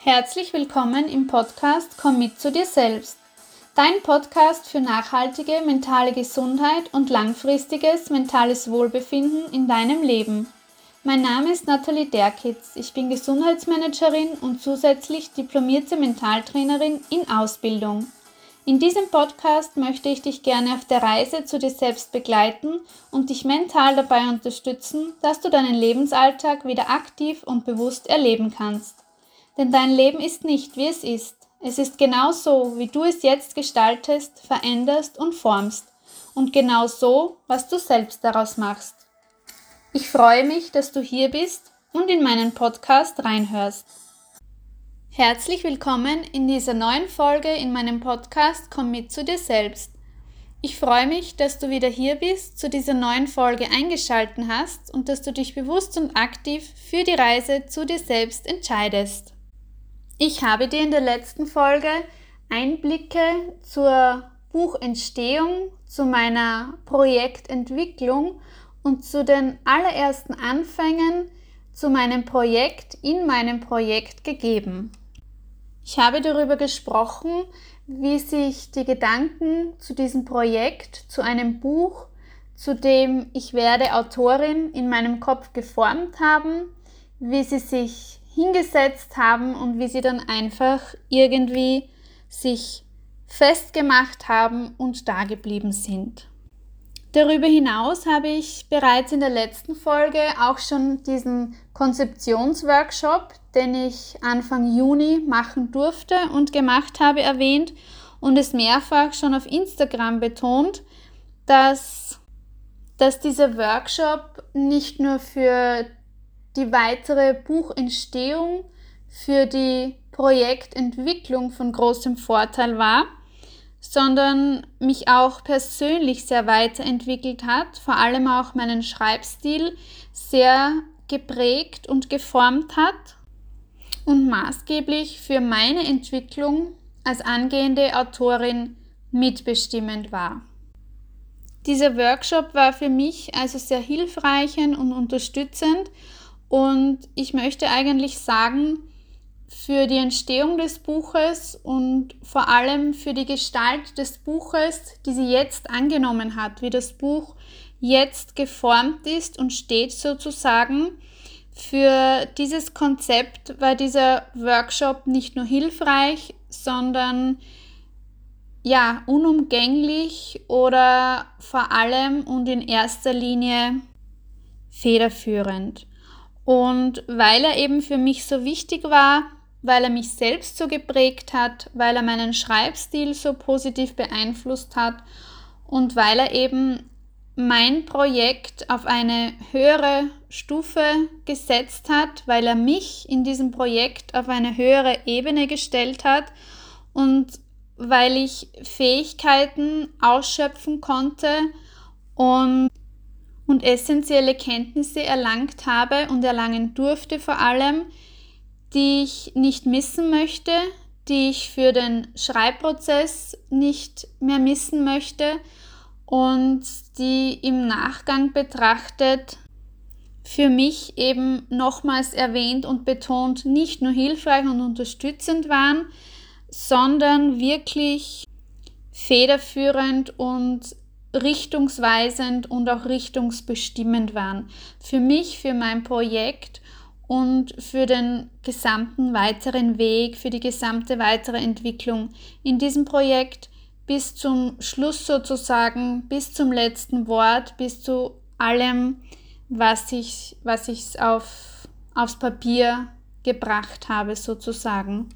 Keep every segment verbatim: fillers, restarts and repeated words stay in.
Herzlich willkommen im Podcast Komm mit zu dir selbst. Dein Podcast für nachhaltige mentale Gesundheit und langfristiges mentales Wohlbefinden in deinem Leben. Mein Name ist Nathalie Derkitz. Ich bin Gesundheitsmanagerin und zusätzlich diplomierte Mentaltrainerin in Ausbildung. In diesem Podcast möchte ich dich gerne auf der Reise zu dir selbst begleiten und dich mental dabei unterstützen, dass du deinen Lebensalltag wieder aktiv und bewusst erleben kannst. Denn dein Leben ist nicht, wie es ist. Es ist genau so, wie du es jetzt gestaltest, veränderst und formst. Und genau so, was du selbst daraus machst. Ich freue mich, dass du hier bist und in meinen Podcast reinhörst. Herzlich willkommen in dieser neuen Folge in meinem Podcast Komm mit zu dir selbst. Ich freue mich, dass du wieder hier bist, zu dieser neuen Folge eingeschaltet hast und dass du dich bewusst und aktiv für die Reise zu dir selbst entscheidest. Ich habe dir in der letzten Folge Einblicke zur Buchentstehung, zu meiner Projektentwicklung und zu den allerersten Anfängen zu meinem Projekt in meinem Projekt gegeben. Ich habe darüber gesprochen, wie sich die Gedanken zu diesem Projekt, zu einem Buch, zu dem ich werde Autorin in meinem Kopf geformt haben, wie sie sich hingesetzt haben und wie sie dann einfach irgendwie sich festgemacht haben und da geblieben sind. Darüber hinaus habe ich bereits in der letzten Folge auch schon diesen Konzeptionsworkshop, den ich Anfang Juni machen durfte und gemacht habe, erwähnt und es mehrfach schon auf Instagram betont, dass, dass dieser Workshop nicht nur für die weitere Buchentstehung, für die Projektentwicklung von großem Vorteil war, sondern mich auch persönlich sehr weiterentwickelt hat, vor allem auch meinen Schreibstil sehr geprägt und geformt hat und maßgeblich für meine Entwicklung als angehende Autorin mitbestimmend war. Dieser Workshop war für mich also sehr hilfreich und unterstützend. Und ich möchte eigentlich sagen, für die Entstehung des Buches und vor allem für die Gestalt des Buches, die sie jetzt angenommen hat, wie das Buch jetzt geformt ist und steht sozusagen, für dieses Konzept war dieser Workshop nicht nur hilfreich, sondern ja, unumgänglich oder vor allem und in erster Linie federführend. Und weil er eben für mich so wichtig war, weil er mich selbst so geprägt hat, weil er meinen Schreibstil so positiv beeinflusst hat und weil er eben mein Projekt auf eine höhere Stufe gesetzt hat, weil er mich in diesem Projekt auf eine höhere Ebene gestellt hat und weil ich Fähigkeiten ausschöpfen konnte und und essentielle Kenntnisse erlangt habe und erlangen durfte vor allem, die ich nicht missen möchte, die ich für den Schreibprozess nicht mehr missen möchte und die im Nachgang betrachtet für mich eben nochmals erwähnt und betont nicht nur hilfreich und unterstützend waren, sondern wirklich federführend und richtungsweisend und auch richtungsbestimmend waren. Für mich, für mein Projekt und für den gesamten weiteren Weg, für die gesamte weitere Entwicklung in diesem Projekt bis zum Schluss sozusagen, bis zum letzten Wort, bis zu allem, was ich, was ich auf, aufs Papier gebracht habe sozusagen.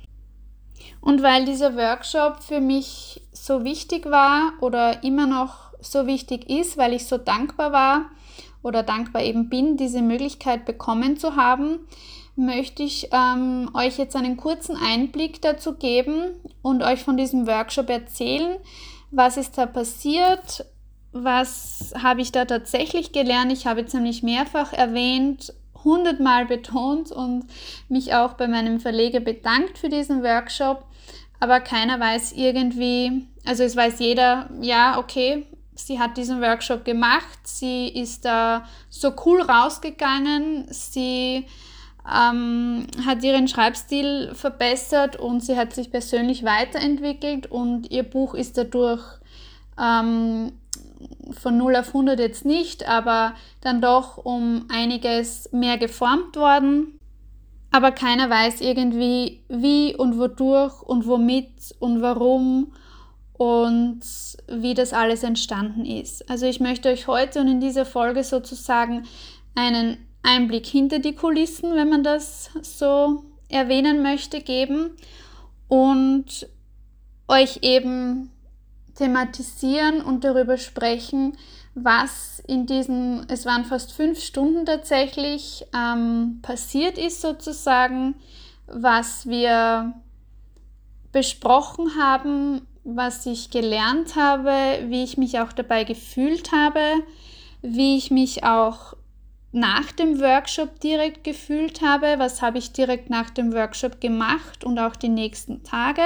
Und weil dieser Workshop für mich so wichtig war oder immer noch so wichtig ist, weil ich so dankbar war oder dankbar eben bin, diese Möglichkeit bekommen zu haben, möchte ich ähm, euch jetzt einen kurzen Einblick dazu geben und euch von diesem Workshop erzählen. Was ist da passiert? Was habe ich da tatsächlich gelernt? Ich habe jetzt nämlich mehrfach erwähnt, hundertmal betont und mich auch bei meinem Verleger bedankt für diesen Workshop, aber keiner weiß irgendwie, also es weiß jeder, ja, okay, sie hat diesen Workshop gemacht, sie ist da so cool rausgegangen, sie ähm, hat ihren Schreibstil verbessert und sie hat sich persönlich weiterentwickelt und ihr Buch ist dadurch ähm, von null auf hundert jetzt nicht, aber dann doch um einiges mehr geformt worden. Aber keiner weiß irgendwie, wie und wodurch und womit und warum und wie das alles entstanden ist. Also ich möchte euch heute und in dieser Folge sozusagen einen Einblick hinter die Kulissen, wenn man das so erwähnen möchte, geben und euch eben thematisieren und darüber sprechen, was in diesen, es waren fast fünf Stunden tatsächlich, ähm, passiert ist sozusagen, was wir besprochen haben, was ich gelernt habe, wie ich mich auch dabei gefühlt habe, wie ich mich auch nach dem Workshop direkt gefühlt habe, was habe ich direkt nach dem Workshop gemacht und auch die nächsten Tage,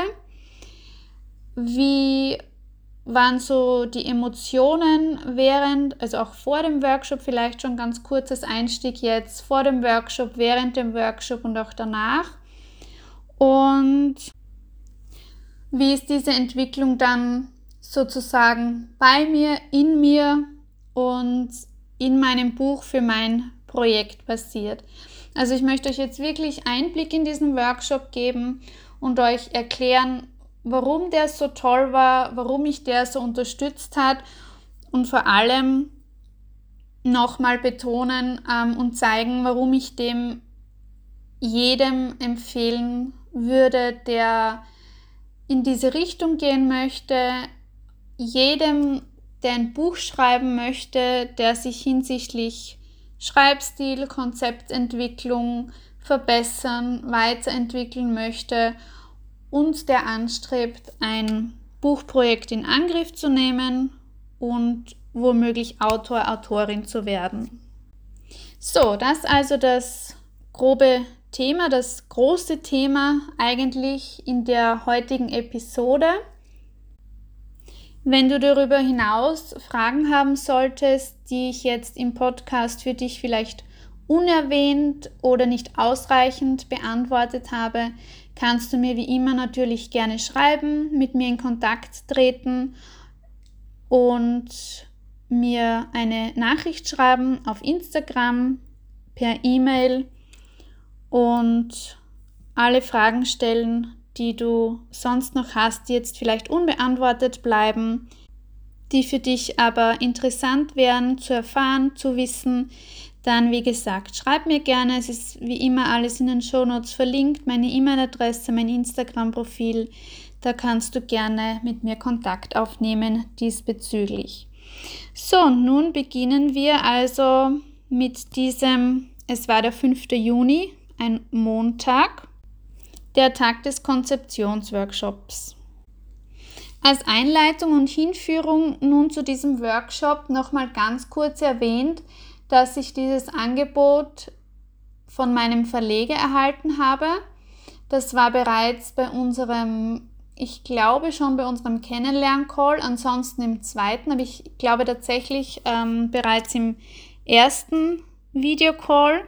wie waren so die Emotionen während, also auch vor dem Workshop, vielleicht schon ganz kurzes Einstieg jetzt, vor dem Workshop, während dem Workshop und auch danach. Und wie ist diese Entwicklung dann sozusagen bei mir, in mir und in meinem Buch für mein Projekt passiert. Also ich möchte euch jetzt wirklich Einblick in diesen Workshop geben und euch erklären, warum der so toll war, warum mich der so unterstützt hat und vor allem nochmal betonen ähm, und zeigen, warum ich dem jedem empfehlen würde, der in diese Richtung gehen möchte, jedem, der ein Buch schreiben möchte, der sich hinsichtlich Schreibstil, Konzeptentwicklung verbessern, weiterentwickeln möchte und der anstrebt, ein Buchprojekt in Angriff zu nehmen und womöglich Autor, Autorin zu werden. So, das also das grobe Thema, das große Thema eigentlich in der heutigen Episode. Wenn du darüber hinaus Fragen haben solltest, die ich jetzt im Podcast für dich vielleicht unerwähnt oder nicht ausreichend beantwortet habe, kannst du mir wie immer natürlich gerne schreiben, mit mir in Kontakt treten und mir eine Nachricht schreiben auf Instagram, per E-Mail und alle Fragen stellen, die du sonst noch hast, die jetzt vielleicht unbeantwortet bleiben, die für dich aber interessant wären zu erfahren, zu wissen, dann wie gesagt, schreib mir gerne, es ist wie immer alles in den Shownotes verlinkt, meine E-Mail-Adresse, mein Instagram-Profil, da kannst du gerne mit mir Kontakt aufnehmen diesbezüglich. So, und nun beginnen wir also mit diesem, es war der fünfte Juni, ein Montag, der Tag des Konzeptionsworkshops. Als Einleitung und Hinführung nun zu diesem Workshop nochmal ganz kurz erwähnt, dass ich dieses Angebot von meinem Verleger erhalten habe. Das war bereits bei unserem, ich glaube schon bei unserem Kennenlern-Call, ansonsten im zweiten, aber ich glaube tatsächlich ähm, bereits im ersten Videocall.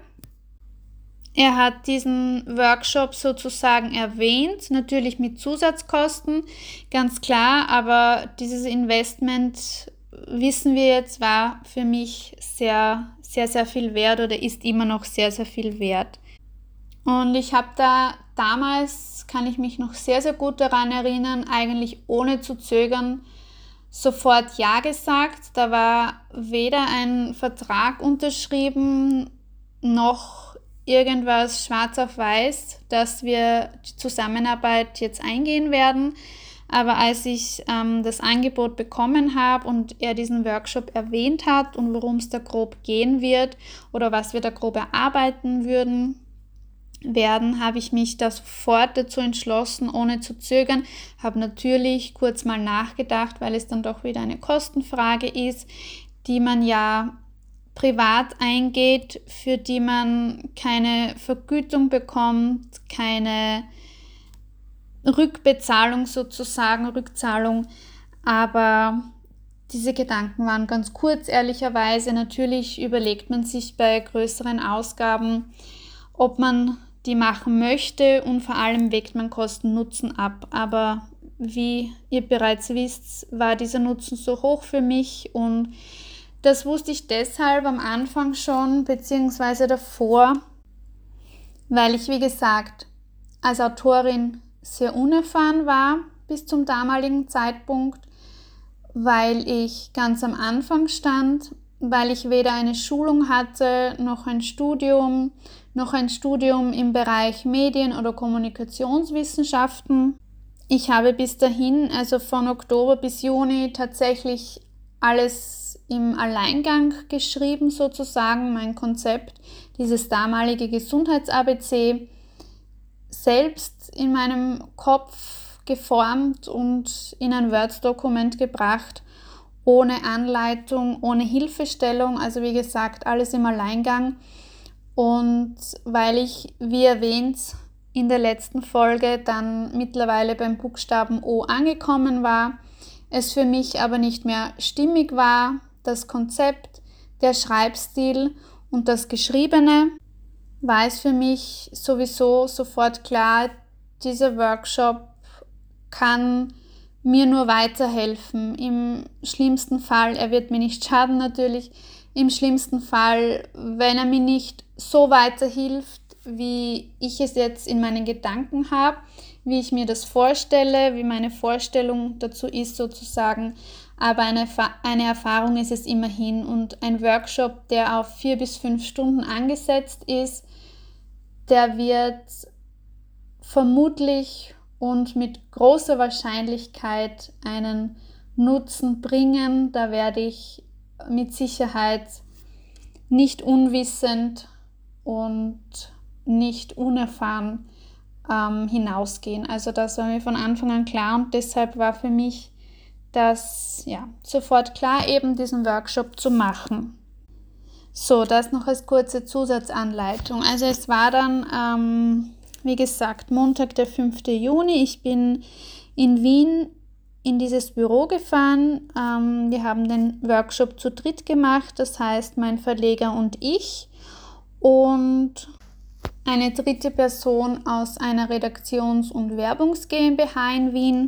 Er hat diesen Workshop sozusagen erwähnt, natürlich mit Zusatzkosten, ganz klar, aber dieses Investment, wissen wir jetzt, war für mich sehr, sehr, sehr viel wert oder ist immer noch sehr, sehr viel wert. Und ich habe da damals, kann ich mich noch sehr, sehr gut daran erinnern, eigentlich ohne zu zögern, sofort Ja gesagt. Da war weder ein Vertrag unterschrieben, noch irgendwas schwarz auf weiß, dass wir die Zusammenarbeit jetzt eingehen werden. Aber als ich ähm, das Angebot bekommen habe und er diesen Workshop erwähnt hat und worum es da grob gehen wird oder was wir da grob erarbeiten würden, werden, habe ich mich da sofort dazu entschlossen, ohne zu zögern. Habe natürlich kurz mal nachgedacht, weil es dann doch wieder eine Kostenfrage ist, die man ja privat eingeht, für die man keine Vergütung bekommt, keine Rückbezahlung sozusagen, Rückzahlung, aber diese Gedanken waren ganz kurz, ehrlicherweise. Natürlich überlegt man sich bei größeren Ausgaben, ob man die machen möchte und vor allem wägt man Kosten-Nutzen ab. Aber wie ihr bereits wisst, war dieser Nutzen so hoch für mich und das wusste ich deshalb am Anfang schon, beziehungsweise davor, weil ich, wie gesagt, als Autorin sehr unerfahren war bis zum damaligen Zeitpunkt, weil ich ganz am Anfang stand, weil ich weder eine Schulung hatte, noch ein Studium, noch ein Studium im Bereich Medien- oder Kommunikationswissenschaften. Ich habe bis dahin, also von Oktober bis Juni, tatsächlich alles im Alleingang geschrieben sozusagen, mein Konzept, dieses damalige Gesundheits-A B C, selbst in meinem Kopf geformt und in ein Word-Dokument gebracht, ohne Anleitung, ohne Hilfestellung, also wie gesagt, alles im Alleingang. Und weil ich, wie erwähnt, in der letzten Folge dann mittlerweile beim Buchstaben O angekommen war, es für mich aber nicht mehr stimmig war, das Konzept, der Schreibstil und das Geschriebene, war es für mich sowieso sofort klar, dieser Workshop kann mir nur weiterhelfen. Im schlimmsten Fall, er wird mir nicht schaden natürlich, im schlimmsten Fall, wenn er mir nicht so weiterhilft, wie ich es jetzt in meinen Gedanken habe, wie ich mir das vorstelle, wie meine Vorstellung dazu ist sozusagen. Aber eine, eine Erfahrung ist es immerhin und ein Workshop, der auf vier bis fünf Stunden angesetzt ist, der wird vermutlich und mit großer Wahrscheinlichkeit einen Nutzen bringen. Da werde ich mit Sicherheit nicht unwissend und nicht unerfahren ähm, hinausgehen. Also das war mir von Anfang an klar und deshalb war für mich das ja sofort klar, eben diesen Workshop zu machen. So, das noch als kurze Zusatzanleitung. Also es war dann, ähm, wie gesagt, Montag, der fünfte Juni. Ich bin in Wien in dieses Büro gefahren. Ähm, wir haben den Workshop zu dritt gemacht, das heißt mein Verleger und ich und eine dritte Person aus einer Redaktions- und Werbungs GmbH in Wien.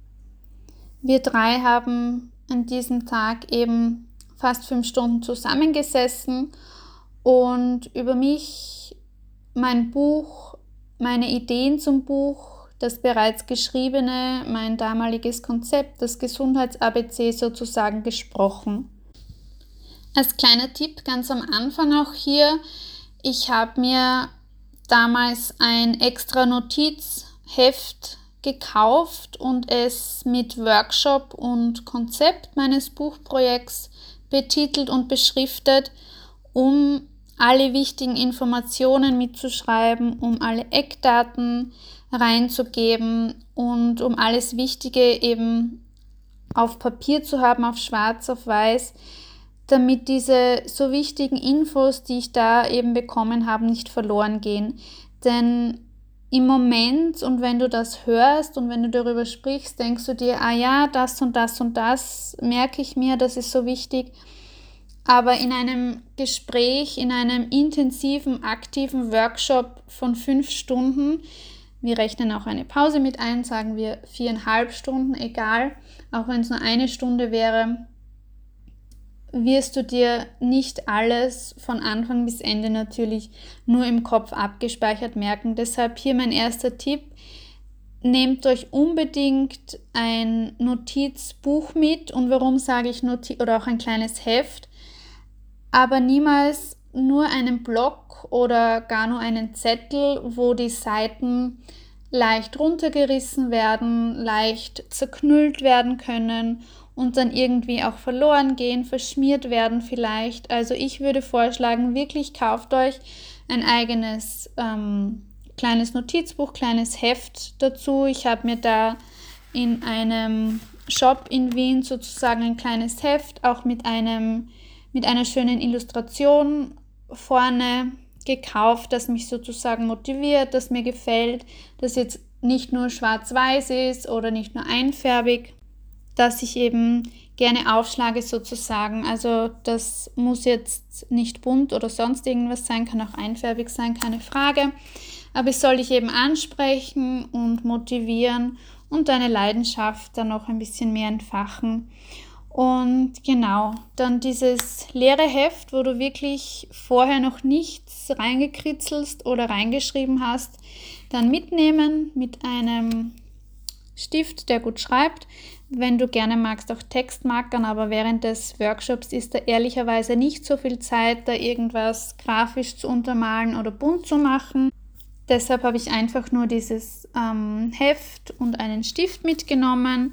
Wir drei haben an diesem Tag eben fast fünf Stunden zusammengesessen und über mich, mein Buch, meine Ideen zum Buch, das bereits geschriebene, mein damaliges Konzept, das Gesundheits-A B C sozusagen gesprochen. Als kleiner Tipp ganz am Anfang auch hier, ich habe mir damals ein extra Notizheft gekauft und es mit Workshop und Konzept meines Buchprojekts betitelt und beschriftet, um alle wichtigen Informationen mitzuschreiben, um alle Eckdaten reinzugeben und um alles Wichtige eben auf Papier zu haben, auf schwarz, auf weiß, damit diese so wichtigen Infos, die ich da eben bekommen habe, nicht verloren gehen. Denn im Moment und wenn du das hörst und wenn du darüber sprichst, denkst du dir, ah ja, das und das und das merke ich mir, das ist so wichtig. Aber in einem Gespräch, in einem intensiven, aktiven Workshop von fünf Stunden, wir rechnen auch eine Pause mit ein, sagen wir viereinhalb Stunden, egal, auch wenn es nur eine Stunde wäre, wirst du dir nicht alles von Anfang bis Ende natürlich nur im Kopf abgespeichert merken. Deshalb hier mein erster Tipp, nehmt euch unbedingt ein Notizbuch mit und warum sage ich Notiz oder auch ein kleines Heft, aber niemals nur einen Block oder gar nur einen Zettel, wo die Seiten leicht runtergerissen werden, leicht zerknüllt werden können und dann irgendwie auch verloren gehen, verschmiert werden vielleicht. Also ich würde vorschlagen, wirklich kauft euch ein eigenes ähm, kleines Notizbuch, kleines Heft dazu. Ich habe mir da in einem Shop in Wien sozusagen ein kleines Heft, auch mit einem mit einer schönen Illustration vorne gekauft, das mich sozusagen motiviert, das mir gefällt, das jetzt nicht nur schwarz-weiß ist oder nicht nur einfärbig, dass ich eben gerne aufschlage sozusagen. Also das muss jetzt nicht bunt oder sonst irgendwas sein, kann auch einfärbig sein, keine Frage. Aber es soll dich eben ansprechen und motivieren und deine Leidenschaft dann noch ein bisschen mehr entfachen. Und genau, dann dieses leere Heft, wo du wirklich vorher noch nichts reingekritzelst oder reingeschrieben hast, dann mitnehmen mit einem Stift, der gut schreibt. Wenn du gerne magst, auch Textmarkern, aber während des Workshops ist da ehrlicherweise nicht so viel Zeit, da irgendwas grafisch zu untermalen oder bunt zu machen. Deshalb habe ich einfach nur dieses ähm, Heft und einen Stift mitgenommen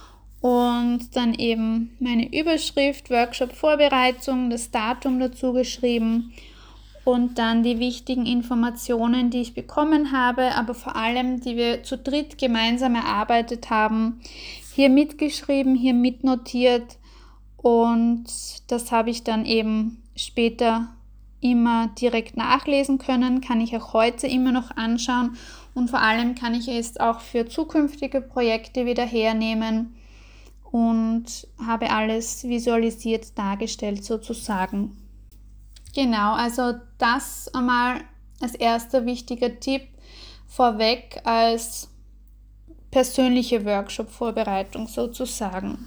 und dann eben meine Überschrift, Workshop-Vorbereitung, das Datum dazu geschrieben und dann die wichtigen Informationen, die ich bekommen habe, aber vor allem, die wir zu dritt gemeinsam erarbeitet haben, hier mitgeschrieben, hier mitnotiert und das habe ich dann eben später immer direkt nachlesen können, kann ich auch heute immer noch anschauen und vor allem kann ich es auch für zukünftige Projekte wieder hernehmen und habe alles visualisiert dargestellt sozusagen. Genau, also das einmal als erster wichtiger Tipp vorweg als persönliche Workshop-Vorbereitung sozusagen.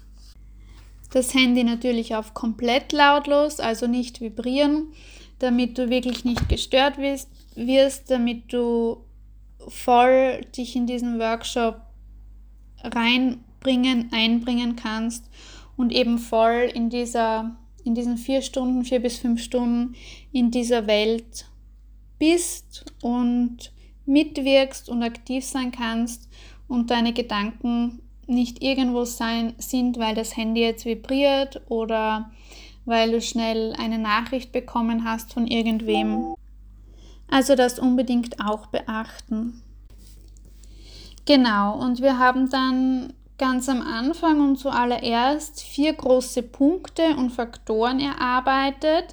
Das Handy natürlich auf komplett lautlos, also nicht vibrieren, damit du wirklich nicht gestört wirst, damit du voll dich in diesen Workshop reinbringen, einbringen kannst und eben voll in dieser, in diesen vier Stunden, vier bis fünf Stunden in dieser Welt bist und mitwirkst und aktiv sein kannst und deine Gedanken nicht irgendwo sein, sind, weil das Handy jetzt vibriert oder weil du schnell eine Nachricht bekommen hast von irgendwem. Also das unbedingt auch beachten. Genau, und wir haben dann ganz am Anfang und zuallererst vier große Punkte und Faktoren erarbeitet,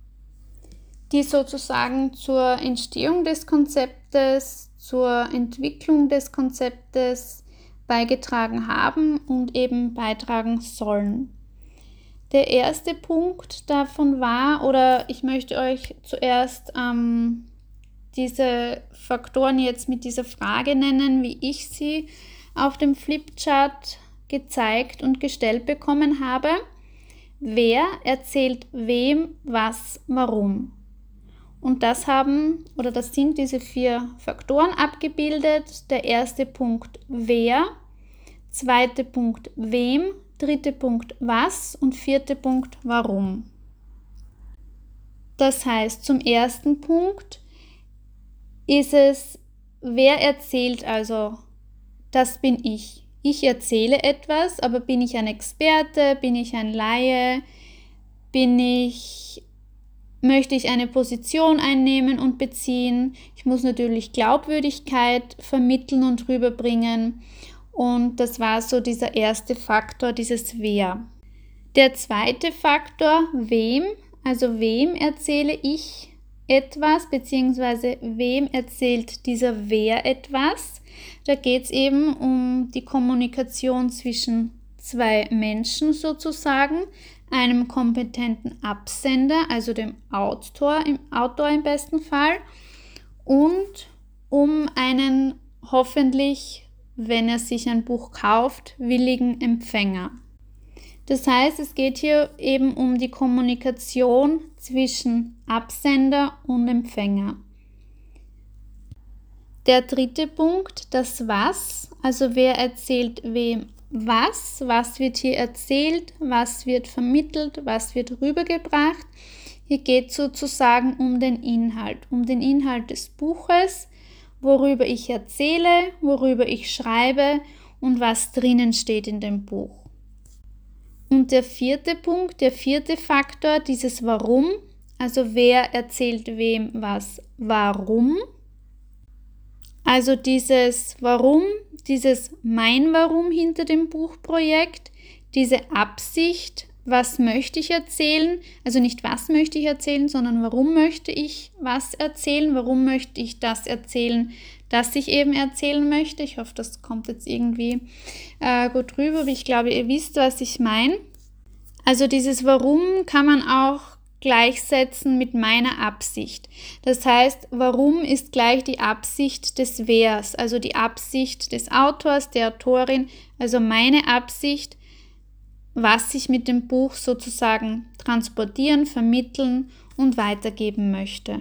die sozusagen zur Entstehung des Konzeptes, zur Entwicklung des Konzeptes beigetragen haben und eben beitragen sollen. Der erste Punkt davon war, oder ich möchte euch zuerst ähm, diese Faktoren jetzt mit dieser Frage nennen, wie ich sie auf dem Flipchart gezeigt und gestellt bekommen habe. Wer erzählt wem was warum? Und das haben, oder das sind diese vier Faktoren abgebildet. Der erste Punkt wer, zweite Punkt wem, dritte Punkt was und vierte Punkt warum. Das heißt, zum ersten Punkt ist es, wer erzählt also, das bin ich. Ich erzähle etwas, aber bin ich ein Experte, bin ich ein Laie, bin ich... möchte ich eine Position einnehmen und beziehen. Ich muss natürlich Glaubwürdigkeit vermitteln und rüberbringen. Und das war so dieser erste Faktor, dieses Wer. Der zweite Faktor, wem, also wem erzähle ich etwas, beziehungsweise wem erzählt dieser Wer etwas. Da geht es eben um die Kommunikation zwischen zwei Menschen sozusagen, einem kompetenten Absender, also dem Autor im, Autor im besten Fall, und um einen hoffentlich, wenn er sich ein Buch kauft, willigen Empfänger. Das heißt, es geht hier eben um die Kommunikation zwischen Absender und Empfänger. Der dritte Punkt, das Was, also wer erzählt wem was, was wird hier erzählt, was wird vermittelt, was wird rübergebracht. Hier geht es sozusagen um den Inhalt, um den Inhalt des Buches, worüber ich erzähle, worüber ich schreibe und was drinnen steht in dem Buch. Und der vierte Punkt, der vierte Faktor, dieses Warum, also wer erzählt wem was, warum. Also dieses Warum, dieses mein Warum hinter dem Buchprojekt, diese Absicht, was möchte ich erzählen, also nicht was möchte ich erzählen, sondern warum möchte ich was erzählen, warum möchte ich das erzählen, das ich eben erzählen möchte. Ich hoffe, das kommt jetzt irgendwie äh, gut rüber, aber ich glaube, ihr wisst, was ich meine. Also dieses Warum kann man auch gleichsetzen mit meiner Absicht. Das heißt, warum ist gleich die Absicht des Wers, also die Absicht des Autors, der Autorin, also meine Absicht, was ich mit dem Buch sozusagen transportieren, vermitteln und weitergeben möchte.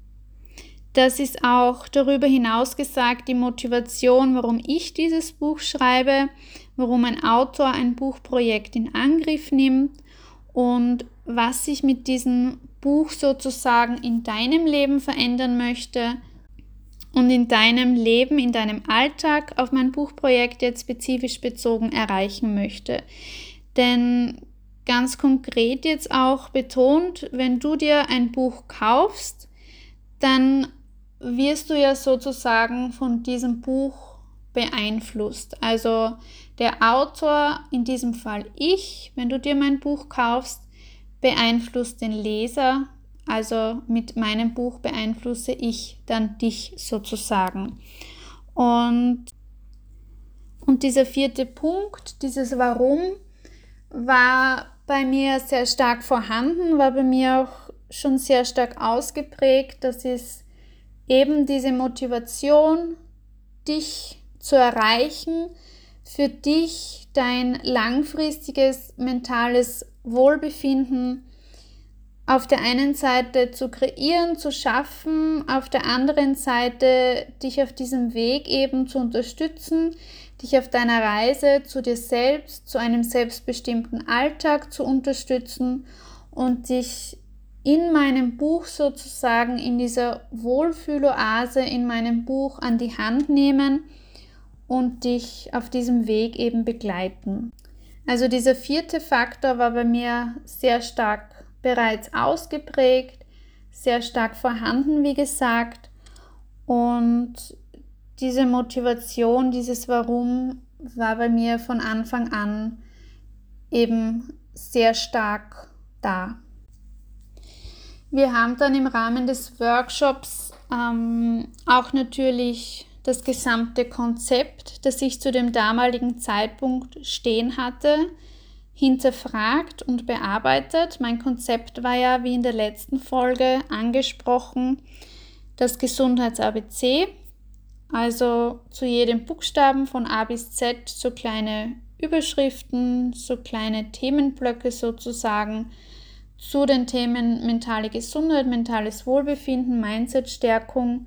Das ist auch darüber hinaus gesagt die Motivation, warum ich dieses Buch schreibe, warum ein Autor ein Buchprojekt in Angriff nimmt und was ich mit diesem Buch sozusagen in deinem Leben verändern möchte und in deinem Leben, in deinem Alltag auf mein Buchprojekt jetzt spezifisch bezogen erreichen möchte. Denn ganz konkret jetzt auch betont, wenn du dir ein Buch kaufst, dann wirst du ja sozusagen von diesem Buch beeinflusst. Also der Autor, in diesem Fall ich, wenn du dir mein Buch kaufst, beeinflusst den Leser, also mit meinem Buch beeinflusse ich dann dich sozusagen. Und, und dieser vierte Punkt, dieses Warum, war bei mir sehr stark vorhanden, war bei mir auch schon sehr stark ausgeprägt. Das ist eben diese Motivation, dich zu erreichen, für dich dein langfristiges mentales Wohlbefinden auf der einen Seite zu kreieren, zu schaffen, auf der anderen Seite dich auf diesem Weg eben zu unterstützen, dich auf deiner Reise zu dir selbst, zu einem selbstbestimmten Alltag zu unterstützen und dich in meinem Buch sozusagen, in dieser Wohlfühloase in meinem Buch an die Hand nehmen und dich auf diesem Weg eben begleiten. Also dieser vierte Faktor war bei mir sehr stark bereits ausgeprägt, sehr stark vorhanden, wie gesagt. Und diese Motivation, dieses Warum war bei mir von Anfang an eben sehr stark da. Wir haben dann im Rahmen des Workshops ähm, auch natürlich das gesamte Konzept, das ich zu dem damaligen Zeitpunkt stehen hatte, hinterfragt und bearbeitet. Mein Konzept war ja, wie in der letzten Folge angesprochen, das Gesundheits-A B C, also zu jedem Buchstaben von A bis Z so kleine Überschriften, so kleine Themenblöcke sozusagen, zu den Themen mentale Gesundheit, mentales Wohlbefinden, Mindset-Stärkung.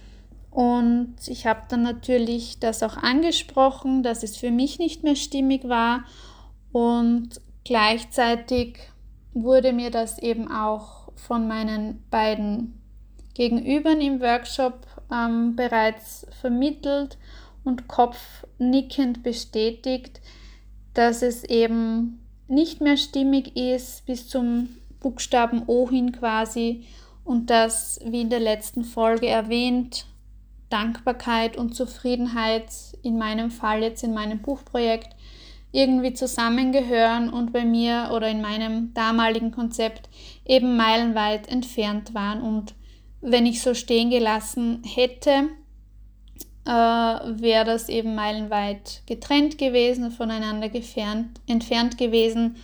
Und ich habe dann natürlich das auch angesprochen, dass es für mich nicht mehr stimmig war. Und gleichzeitig wurde mir das eben auch von meinen beiden Gegenübern im Workshop ähm, bereits vermittelt und kopfnickend bestätigt, dass es eben nicht mehr stimmig ist bis zum Buchstaben O hin quasi und dass, wie in der letzten Folge erwähnt, Dankbarkeit und Zufriedenheit in meinem Fall jetzt in meinem Buchprojekt irgendwie zusammengehören und bei mir oder in meinem damaligen Konzept eben meilenweit entfernt waren. Und wenn ich so stehen gelassen hätte, äh, wäre das eben meilenweit getrennt gewesen, voneinander gefern- entfernt gewesen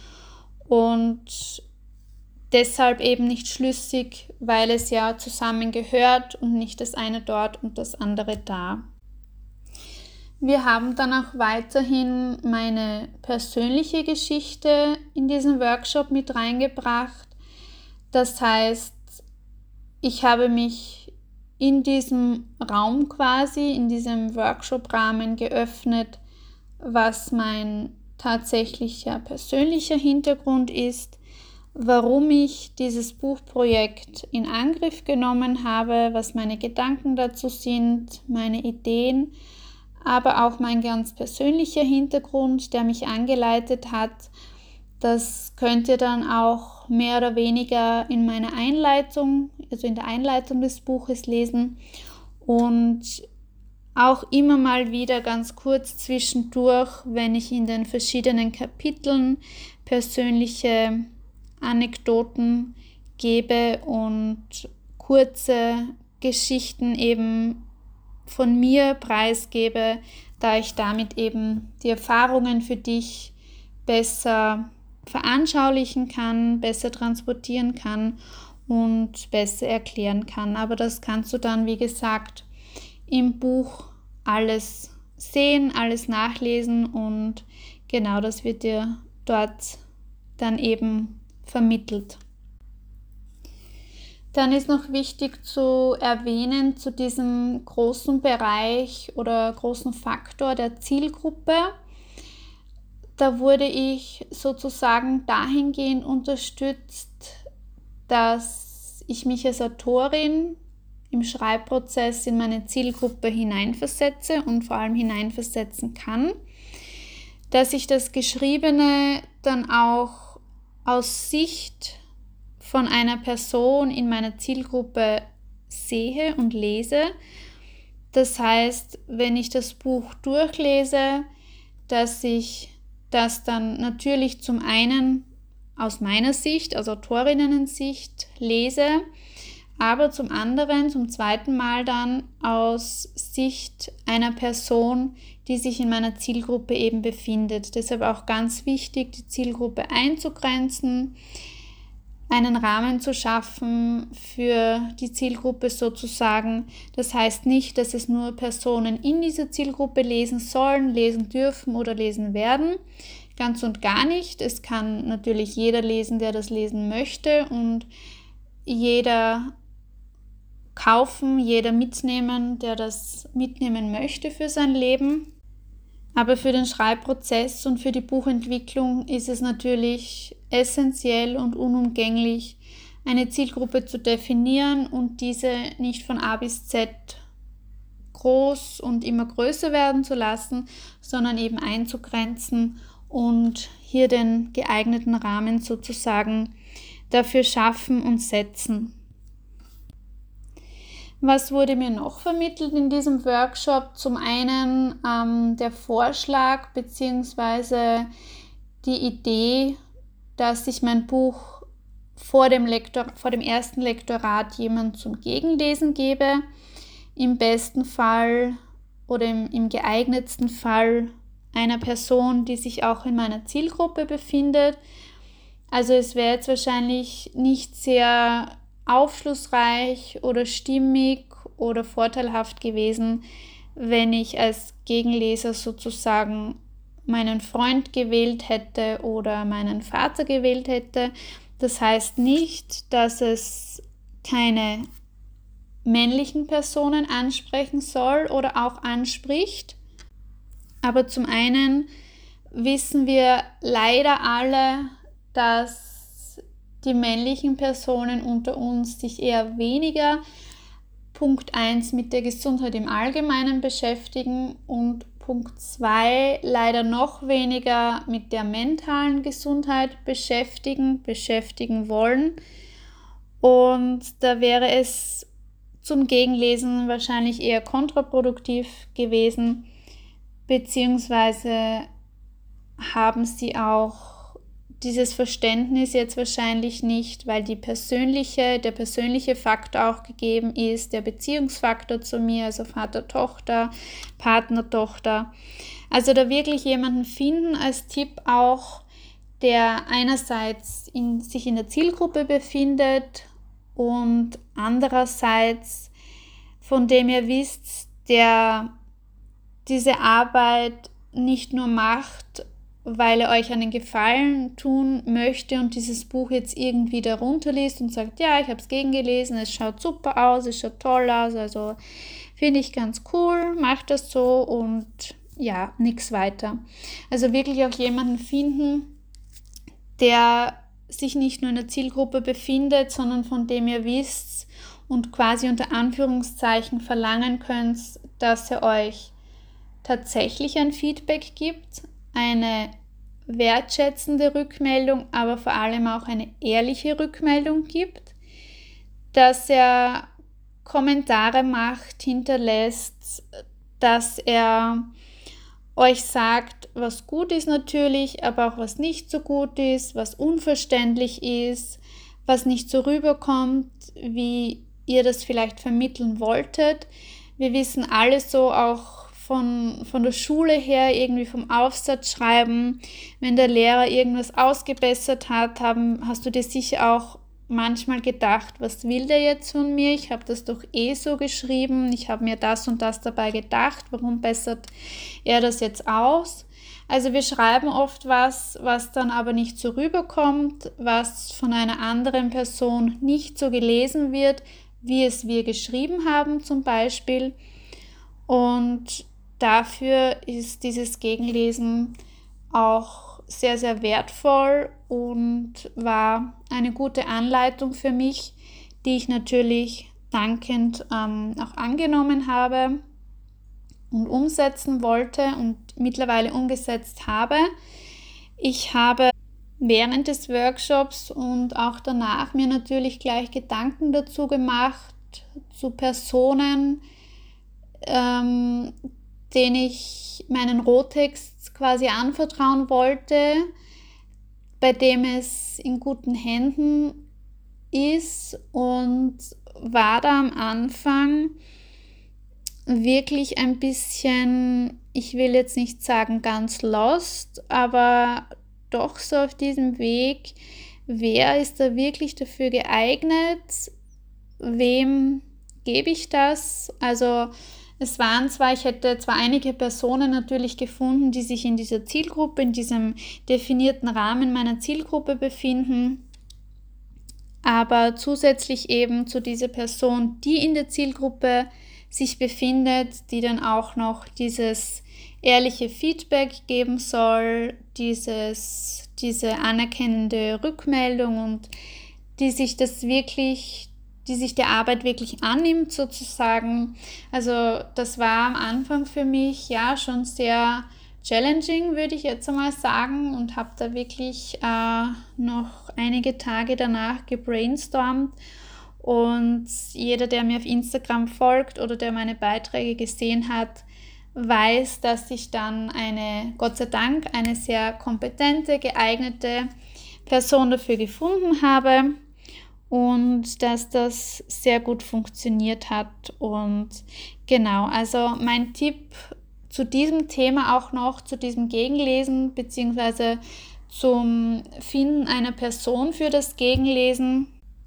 und deshalb eben nicht schlüssig, weil es ja zusammengehört und nicht das eine dort und das andere da. Wir haben dann auch weiterhin meine persönliche Geschichte in diesen Workshop mit reingebracht. Das heißt, ich habe mich in diesem Raum quasi, in diesem Workshop-Rahmen geöffnet, was mein tatsächlicher persönlicher Hintergrund ist, warum ich dieses Buchprojekt in Angriff genommen habe, was meine Gedanken dazu sind, meine Ideen, aber auch mein ganz persönlicher Hintergrund, der mich angeleitet hat. Das könnt ihr dann auch mehr oder weniger in meiner Einleitung, also in der Einleitung des Buches lesen und auch immer mal wieder ganz kurz zwischendurch, wenn ich in den verschiedenen Kapiteln persönliche Anekdoten gebe und kurze Geschichten eben von mir preisgebe, da ich damit eben die Erfahrungen für dich besser veranschaulichen kann, besser transportieren kann und besser erklären kann. Aber das kannst du dann, wie gesagt, im Buch alles sehen, alles nachlesen und genau das wird dir dort dann eben vermittelt. Dann ist noch wichtig zu erwähnen zu diesem großen Bereich oder großen Faktor der Zielgruppe. Da wurde ich sozusagen dahingehend unterstützt, dass ich mich als Autorin im Schreibprozess in meine Zielgruppe hineinversetze und vor allem hineinversetzen kann, dass ich das Geschriebene dann auch aus Sicht von einer Person in meiner Zielgruppe sehe und lese. Das heißt, wenn ich das Buch durchlese, dass ich das dann natürlich zum einen aus meiner Sicht, aus Autorinnensicht lese, aber zum anderen, zum zweiten Mal dann aus Sicht einer Person, die sich in meiner Zielgruppe eben befindet. Deshalb auch ganz wichtig, die Zielgruppe einzugrenzen, einen Rahmen zu schaffen für die Zielgruppe sozusagen. Das heißt nicht, dass es nur Personen in dieser Zielgruppe lesen sollen, lesen dürfen oder lesen werden. Ganz und gar nicht. Es kann natürlich jeder lesen, der das lesen möchte und jeder kaufen, jeder mitnehmen, der das mitnehmen möchte für sein Leben. Aber für den Schreibprozess und für die Buchentwicklung ist es natürlich essentiell und unumgänglich, eine Zielgruppe zu definieren und diese nicht von A bis Z groß und immer größer werden zu lassen, sondern eben einzugrenzen und hier den geeigneten Rahmen sozusagen dafür schaffen und setzen. Was wurde mir noch vermittelt in diesem Workshop? Zum einen ähm, der Vorschlag bzw. die Idee, dass ich mein Buch vor dem, Lektor, vor dem ersten Lektorat jemand zum Gegenlesen gebe. Im besten Fall oder im, im geeignetsten Fall einer Person, die sich auch in meiner Zielgruppe befindet. Also es wäre jetzt wahrscheinlich nicht sehr aufschlussreich oder stimmig oder vorteilhaft gewesen, wenn ich als Gegenleser sozusagen meinen Freund gewählt hätte oder meinen Vater gewählt hätte. Das heißt nicht, dass es keine männlichen Personen ansprechen soll oder auch anspricht. Aber zum einen wissen wir leider alle, dass die männlichen Personen unter uns sich eher weniger Punkt eins mit der Gesundheit im Allgemeinen beschäftigen und Punkt zwei leider noch weniger mit der mentalen Gesundheit beschäftigen, beschäftigen wollen. Und da wäre es zum Gegenlesen wahrscheinlich eher kontraproduktiv gewesen, beziehungsweise haben sie auch dieses Verständnis jetzt wahrscheinlich nicht, weil die persönliche, der persönliche Faktor auch gegeben ist, der Beziehungsfaktor zu mir, also Vater-Tochter, Partner-Tochter. Also da wirklich jemanden finden als Tipp auch, der einerseits in, sich in der Zielgruppe befindet und andererseits, von dem ihr wisst, der diese Arbeit nicht nur macht, weil er euch einen Gefallen tun möchte und dieses Buch jetzt irgendwie darunter liest und sagt, ja, ich habe es gegengelesen, es schaut super aus, es schaut toll aus, also finde ich ganz cool, macht das so und ja, nichts weiter. Also wirklich auch jemanden finden, der sich nicht nur in der Zielgruppe befindet, sondern von dem ihr wisst und quasi unter Anführungszeichen verlangen könnt, dass er euch tatsächlich ein Feedback gibt, eine wertschätzende Rückmeldung, aber vor allem auch eine ehrliche Rückmeldung gibt, dass er Kommentare macht, hinterlässt, dass er euch sagt, was gut ist natürlich, aber auch was nicht so gut ist, was unverständlich ist, was nicht so rüberkommt, wie ihr das vielleicht vermitteln wolltet. wir wissen alle so auch von, von der Schule her, irgendwie vom Aufsatzschreiben, wenn der Lehrer irgendwas ausgebessert hat, haben, hast du dir sicher auch manchmal gedacht, was will der jetzt von mir? Ich habe das doch eh so geschrieben, ich habe mir das und das dabei gedacht, warum bessert er das jetzt aus? Also wir schreiben oft was, was dann aber nicht so rüberkommt, was von einer anderen Person nicht so gelesen wird, wie es wir geschrieben haben zum Beispiel. Und dafür ist dieses Gegenlesen auch sehr, sehr wertvoll und war eine gute Anleitung für mich, die ich natürlich dankend ähm, auch angenommen habe und umsetzen wollte und mittlerweile umgesetzt habe. Ich habe während des Workshops und auch danach mir natürlich gleich Gedanken dazu gemacht, zu Personen, ähm, denen ich meinen Rohtext quasi anvertrauen wollte, bei dem es in guten Händen ist, und war da am Anfang wirklich ein bisschen, ich will jetzt nicht sagen ganz lost, aber doch so auf diesem Weg, wer ist da wirklich dafür geeignet, wem gebe ich das? Also es waren zwar, ich hätte zwar einige Personen natürlich gefunden, die sich in dieser Zielgruppe, in diesem definierten Rahmen meiner Zielgruppe befinden, aber zusätzlich eben zu dieser Person, die in der Zielgruppe sich befindet, die dann auch noch dieses ehrliche Feedback geben soll, dieses, diese anerkennende Rückmeldung und die sich das wirklich, die sich der Arbeit wirklich annimmt sozusagen. Also das war am Anfang für mich ja schon sehr challenging, würde ich jetzt einmal sagen, und habe da wirklich äh, noch einige Tage danach gebrainstormt. Und jeder, der mir auf Instagram folgt oder der meine Beiträge gesehen hat, weiß, dass ich dann eine, Gott sei Dank, eine sehr kompetente, geeignete Person dafür gefunden habe und dass das sehr gut funktioniert hat. Und genau, also mein Tipp zu diesem Thema auch noch, zu diesem Gegenlesen beziehungsweise zum Finden einer Person für das Gegenlesen,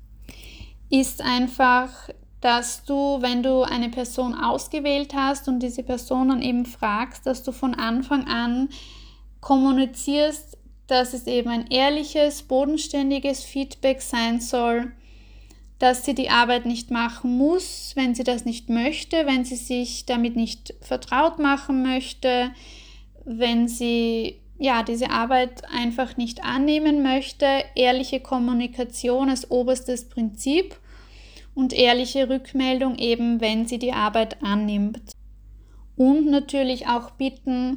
ist einfach, dass du, wenn du eine Person ausgewählt hast und diese Person dann eben fragst, dass du von Anfang an kommunizierst, dass es eben ein ehrliches, bodenständiges Feedback sein soll, dass sie die Arbeit nicht machen muss, wenn sie das nicht möchte, wenn sie sich damit nicht vertraut machen möchte, wenn sie ja, diese Arbeit einfach nicht annehmen möchte. Ehrliche Kommunikation als oberstes Prinzip. Und ehrliche Rückmeldung eben, wenn sie die Arbeit annimmt. Und natürlich auch bitten,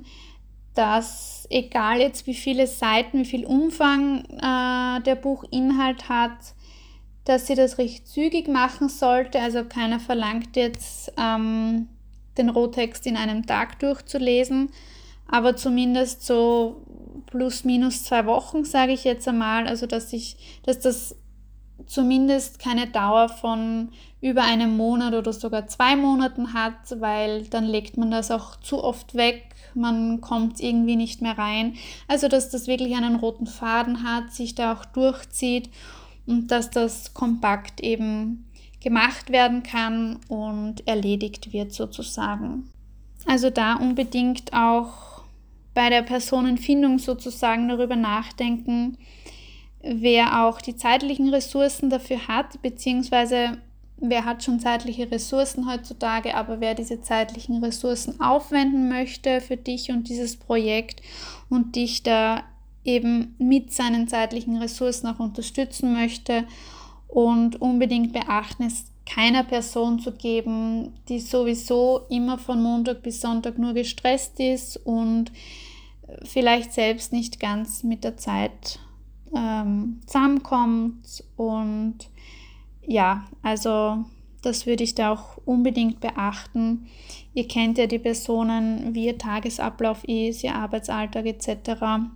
dass egal jetzt wie viele Seiten, wie viel Umfang äh, der Buchinhalt hat, dass sie das recht zügig machen sollte. Also keiner verlangt jetzt, ähm, den Rohtext in einem Tag durchzulesen, aber zumindest so plus minus zwei Wochen, sage ich jetzt einmal. Also dass ich, dass das zumindest keine Dauer von über einem Monat oder sogar zwei Monaten hat, weil dann legt man das auch zu oft weg, man kommt irgendwie nicht mehr rein. Also dass das wirklich einen roten Faden hat, sich da auch durchzieht und dass das kompakt eben gemacht werden kann und erledigt wird sozusagen. Also da unbedingt auch bei der Personenfindung sozusagen darüber nachdenken, wer auch die zeitlichen Ressourcen dafür hat, beziehungsweise wer hat schon zeitliche Ressourcen heutzutage, aber wer diese zeitlichen Ressourcen aufwenden möchte für dich und dieses Projekt und dich da eben mit seinen zeitlichen Ressourcen auch unterstützen möchte, und unbedingt beachten, es keiner Person zu geben, die sowieso immer von Montag bis Sonntag nur gestresst ist und vielleicht selbst nicht ganz mit der Zeit ähm, zusammenkommt. Und ja, also das würde ich da auch unbedingt beachten. Ihr kennt ja die Personen, wie ihr Tagesablauf ist, ihr Arbeitsalltag et cetera,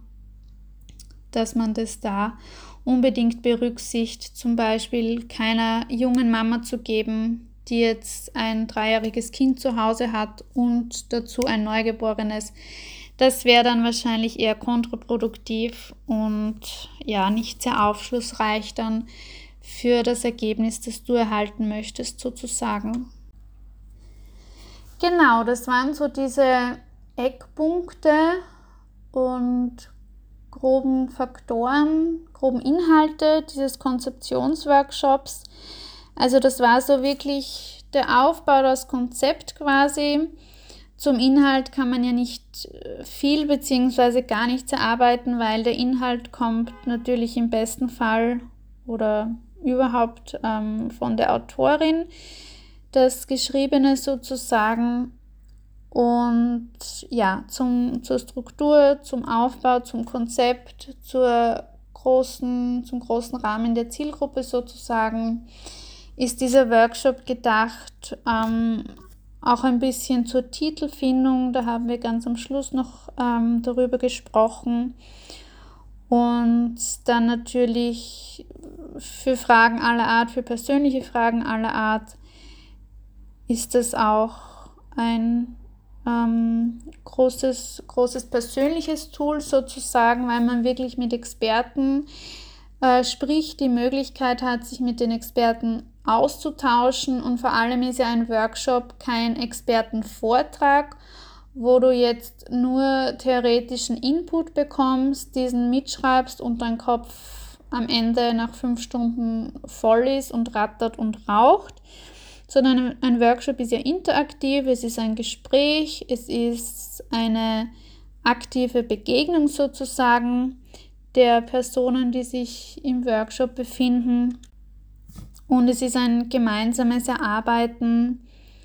dass man das da unbedingt berücksichtigt, zum Beispiel keiner jungen Mama zu geben, die jetzt ein dreijähriges Kind zu Hause hat und dazu ein Neugeborenes. Das wäre dann wahrscheinlich eher kontraproduktiv und ja, nicht sehr aufschlussreich dann für das Ergebnis, das du erhalten möchtest, sozusagen. Genau, das waren so diese Eckpunkte und groben Faktoren, groben Inhalte dieses Konzeptionsworkshops. Also das war so wirklich der Aufbau, das Konzept quasi. Zum Inhalt kann man ja nicht viel bzw. gar nichts erarbeiten, weil der Inhalt kommt natürlich im besten Fall oder überhaupt ähm, von der Autorin, das Geschriebene sozusagen. Und ja, zum, zur Struktur, zum Aufbau, zum Konzept, zur großen, zum großen Rahmen der Zielgruppe sozusagen, ist dieser Workshop gedacht. Ähm, auch ein bisschen zur Titelfindung, da haben wir ganz am Schluss noch ähm, darüber gesprochen. Und dann natürlich für Fragen aller Art, für persönliche Fragen aller Art, ist das auch ein ähm, großes, großes persönliches Tool sozusagen, weil man wirklich mit Experten äh, spricht, die Möglichkeit hat, sich mit den Experten auszutauschen, und vor allem ist ja ein Workshop kein Expertenvortrag, wo du jetzt nur theoretischen Input bekommst, diesen mitschreibst und dein Kopf am Ende nach fünf Stunden voll ist und rattert und raucht, sondern ein Workshop ist ja interaktiv, es ist ein Gespräch, es ist eine aktive Begegnung sozusagen der Personen, die sich im Workshop befinden, und es ist ein gemeinsames Erarbeiten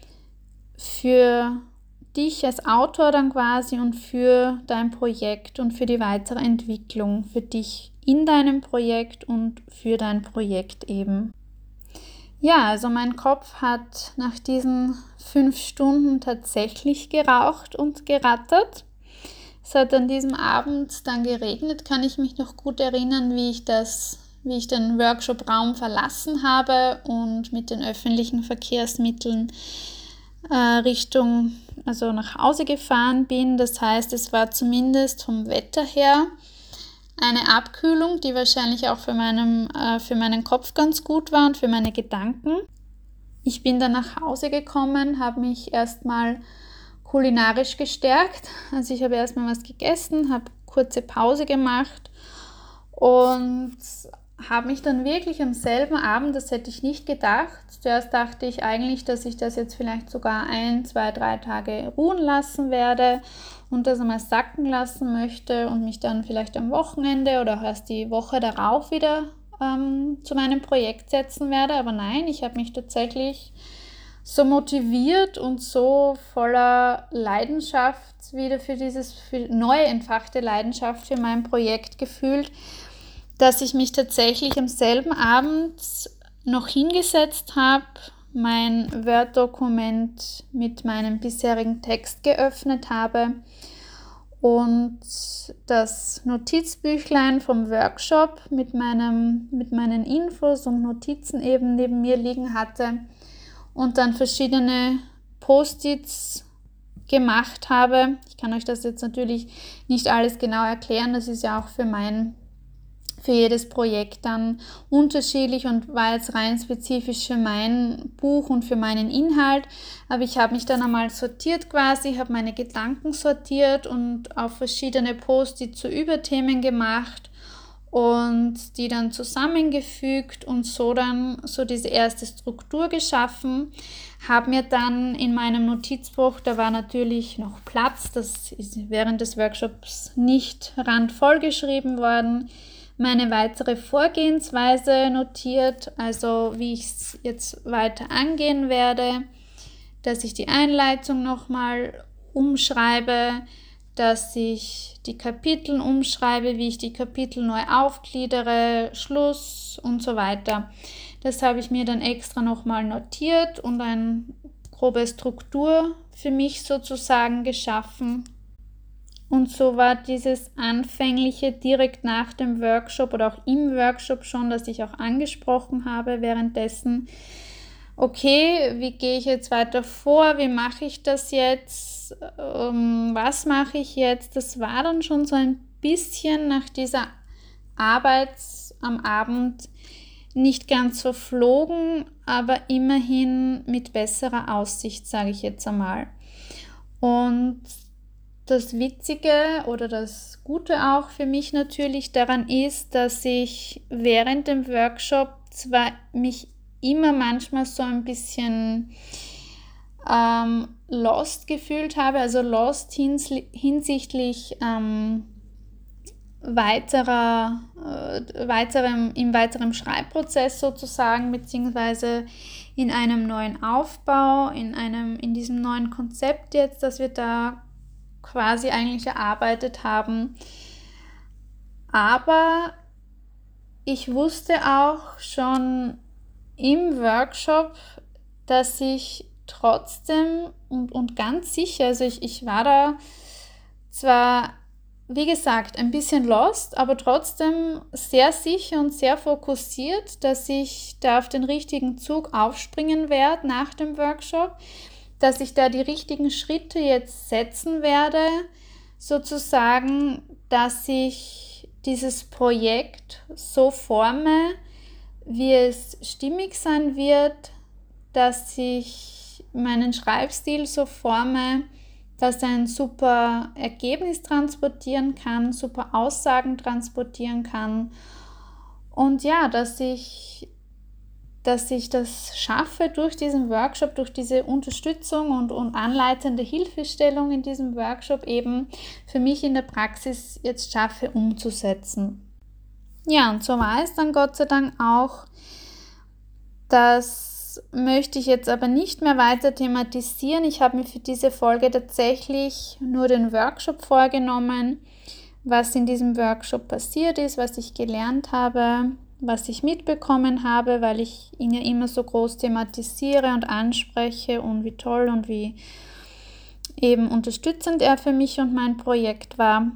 für dich als Autor dann quasi und für dein Projekt und für die weitere Entwicklung, für dich in deinem Projekt und für dein Projekt eben. Ja, also mein Kopf hat nach diesen fünf Stunden tatsächlich geraucht und gerattert. Es hat an diesem Abend dann geregnet, kann ich mich noch gut erinnern, wie ich das, wie ich den Workshop-Raum verlassen habe und mit den öffentlichen Verkehrsmitteln äh, Richtung, also nach Hause gefahren bin. Das heißt, es war zumindest vom Wetter her eine Abkühlung, die wahrscheinlich auch für, meinem, äh, für meinen Kopf ganz gut war und für meine Gedanken. Ich bin dann nach Hause gekommen, habe mich erstmal kulinarisch gestärkt. Also ich habe erstmal was gegessen, habe kurze Pause gemacht und habe mich dann wirklich am selben Abend, das hätte ich nicht gedacht, zuerst dachte ich eigentlich, dass ich das jetzt vielleicht sogar ein, zwei, drei Tage ruhen lassen werde und das einmal sacken lassen möchte und mich dann vielleicht am Wochenende oder erst die Woche darauf wieder ähm, zu meinem Projekt setzen werde. Aber nein, ich habe mich tatsächlich so motiviert und so voller Leidenschaft wieder für dieses für neu entfachte Leidenschaft für mein Projekt gefühlt, dass ich mich tatsächlich am selben Abend noch hingesetzt habe, mein Word-Dokument mit meinem bisherigen Text geöffnet habe und das Notizbüchlein vom Workshop mit, meinem, mit meinen Infos und Notizen eben neben mir liegen hatte und dann verschiedene Post-its gemacht habe. Ich kann euch das jetzt natürlich nicht alles genau erklären, das ist ja auch für mein für jedes Projekt dann unterschiedlich und war jetzt rein spezifisch für mein Buch und für meinen Inhalt. Aber ich habe mich dann einmal sortiert quasi, habe meine Gedanken sortiert und auf verschiedene Post-it zu Überthemen gemacht und die dann zusammengefügt und so dann so diese erste Struktur geschaffen. Habe mir dann in meinem Notizbuch, da war natürlich noch Platz, das ist während des Workshops nicht randvoll geschrieben worden, meine weitere Vorgehensweise notiert, also wie ich es jetzt weiter angehen werde, dass ich die Einleitung nochmal umschreibe, dass ich die Kapitel umschreibe, wie ich die Kapitel neu aufgliedere, Schluss und so weiter. Das habe ich mir dann extra nochmal notiert und eine grobe Struktur für mich sozusagen geschaffen. Und so war dieses Anfängliche direkt nach dem Workshop oder auch im Workshop schon, das ich auch angesprochen habe währenddessen, okay, wie gehe ich jetzt weiter vor, wie mache ich das jetzt, ähm, was mache ich jetzt? Das war dann schon so ein bisschen nach dieser Arbeit am Abend nicht ganz verflogen, aber immerhin mit besserer Aussicht, sage ich jetzt einmal. Und das Witzige oder das Gute auch für mich natürlich daran ist, dass ich während dem Workshop zwar mich immer manchmal so ein bisschen ähm, lost gefühlt habe, also lost hins- hinsichtlich ähm, weiterer, äh, weiterem, im weiteren Schreibprozess sozusagen, beziehungsweise in einem neuen Aufbau, in, einem, in diesem neuen Konzept jetzt, das wir da quasi eigentlich erarbeitet haben. Aber ich wusste auch schon im Workshop, dass ich trotzdem und, und ganz sicher, also ich, ich war da zwar, wie gesagt, ein bisschen lost, aber trotzdem sehr sicher und sehr fokussiert, dass ich da auf den richtigen Zug aufspringen werde nach dem Workshop, dass ich da die richtigen Schritte jetzt setzen werde, sozusagen, dass ich dieses Projekt so forme, wie es stimmig sein wird, dass ich meinen Schreibstil so forme, dass er ein super Ergebnis transportieren kann, super Aussagen transportieren kann und ja, dass ich dass ich das schaffe durch diesen Workshop, durch diese Unterstützung und, und anleitende Hilfestellung in diesem Workshop eben für mich in der Praxis jetzt schaffe umzusetzen. Ja, und so war es dann Gott sei Dank auch. Das möchte ich jetzt aber nicht mehr weiter thematisieren. Ich habe mir für diese Folge tatsächlich nur den Workshop vorgenommen, was in diesem Workshop passiert ist, was ich gelernt habe, was ich mitbekommen habe, weil ich ihn ja immer so groß thematisiere und anspreche und wie toll und wie eben unterstützend er für mich und mein Projekt war.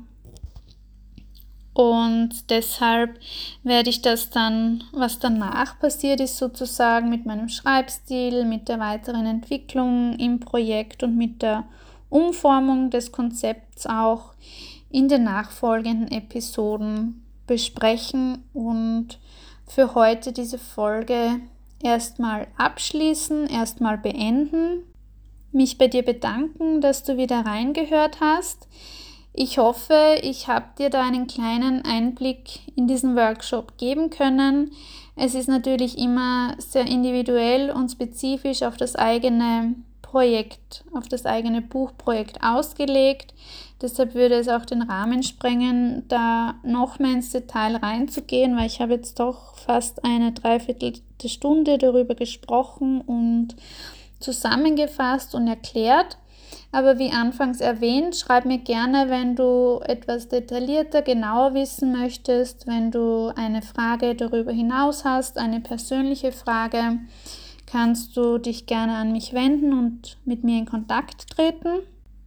Und deshalb werde ich das dann, was danach passiert ist, sozusagen mit meinem Schreibstil, mit der weiteren Entwicklung im Projekt und mit der Umformung des Konzepts auch in den nachfolgenden Episoden besprechen und für heute diese Folge erstmal abschließen, erstmal beenden, mich bei dir bedanken, dass du wieder reingehört hast. Ich hoffe, ich habe dir da einen kleinen Einblick in diesen Workshop geben können. Es ist natürlich immer sehr individuell und spezifisch auf das eigene Projekt, auf das eigene Buchprojekt ausgelegt. Deshalb würde es auch den Rahmen sprengen, da noch mehr ins Detail reinzugehen, weil ich habe jetzt doch fast eine Dreiviertelstunde darüber gesprochen und zusammengefasst und erklärt. Aber wie anfangs erwähnt, schreib mir gerne, wenn du etwas detaillierter, genauer wissen möchtest, wenn du eine Frage darüber hinaus hast, eine persönliche Frage, kannst du dich gerne an mich wenden und mit mir in Kontakt treten.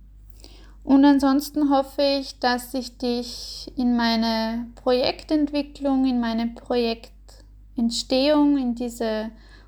Und ansonsten hoffe ich, dass ich dich in meine Projektentwicklung, in meine Projektentstehung, in diese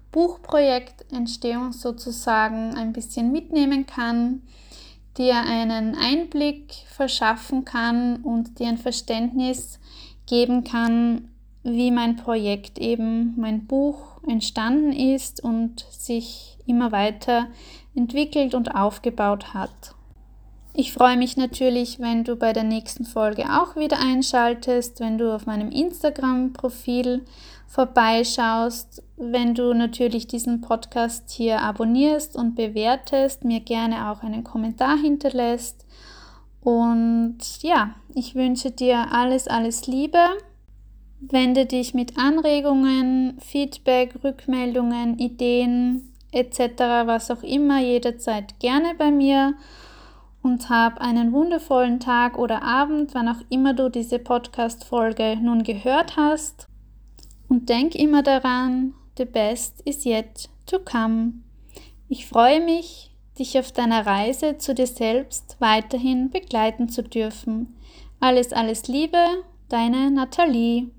Buchprojektentstehung sozusagen ein bisschen mitnehmen kann, dir einen Einblick verschaffen kann und dir ein Verständnis geben kann, wie mein Projekt eben, mein Buch entstanden ist und sich immer weiter entwickelt und aufgebaut hat. Ich freue mich natürlich, wenn du bei der nächsten Folge auch wieder einschaltest, wenn du auf meinem Instagram-Profil vorbeischaust, wenn du natürlich diesen Podcast hier abonnierst und bewertest, mir gerne auch einen Kommentar hinterlässt. Und ja, ich wünsche dir alles, alles Liebe. Wende dich mit Anregungen, Feedback, Rückmeldungen, Ideen et cetera, was auch immer, jederzeit gerne bei mir. Und hab einen wundervollen Tag oder Abend, wann auch immer du diese Podcast-Folge nun gehört hast. Und denk immer daran, the best is yet to come. Ich freue mich, dich auf deiner Reise zu dir selbst weiterhin begleiten zu dürfen. Alles, alles Liebe, deine Nathalie.